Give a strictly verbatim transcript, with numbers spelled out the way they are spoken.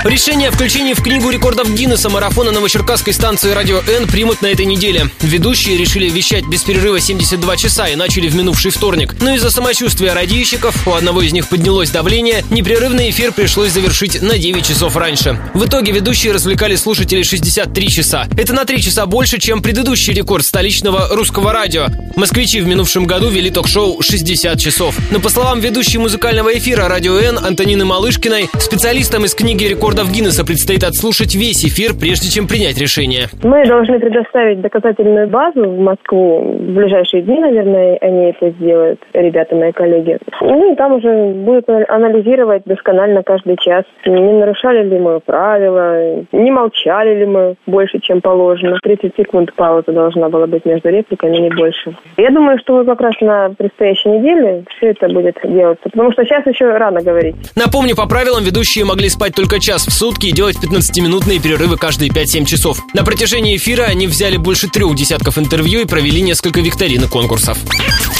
Решение о включении в Книгу рекордов Гиннесса марафона новочеркасской станции «Радио Н» примут на этой неделе. Ведущие решили вещать без перерыва семьдесят два часа и начали в минувший вторник. Но из-за самочувствия радийщиков, у одного из них поднялось давление, непрерывный эфир пришлось завершить на девять часов раньше. В итоге ведущие развлекали слушателей шестьдесят три часа. Это на три часа больше, чем предыдущий рекорд столичного русского радио. Москвичи в минувшем году вели ток-шоу шестьдесят часов. Но по словам ведущей музыкального эфира «Радио Н» Антонины Малышкиной, специалистам из Книги рекордов Гиннесса предстоит отслушать весь эфир, прежде чем принять решение. Мы должны предоставить доказательную базу в Москву. В ближайшие дни, наверное, они это сделают, ребята, мои коллеги. Ну и там уже будут анализировать досконально каждый час, не нарушали ли мы правила, не молчали ли мы больше, чем положено. тридцать секунд пауза должна была быть между репликами, не больше. Я думаю, что мы как раз на предстоящей неделе все это будет делаться, потому что сейчас еще рано говорить. Напомню, по правилам ведущие могли спать только час в сутки и делать пятнадцатиминутные перерывы каждые пять-семь часов. На протяжении эфира они взяли больше трех десятков интервью и провели несколько викторин и конкурсов.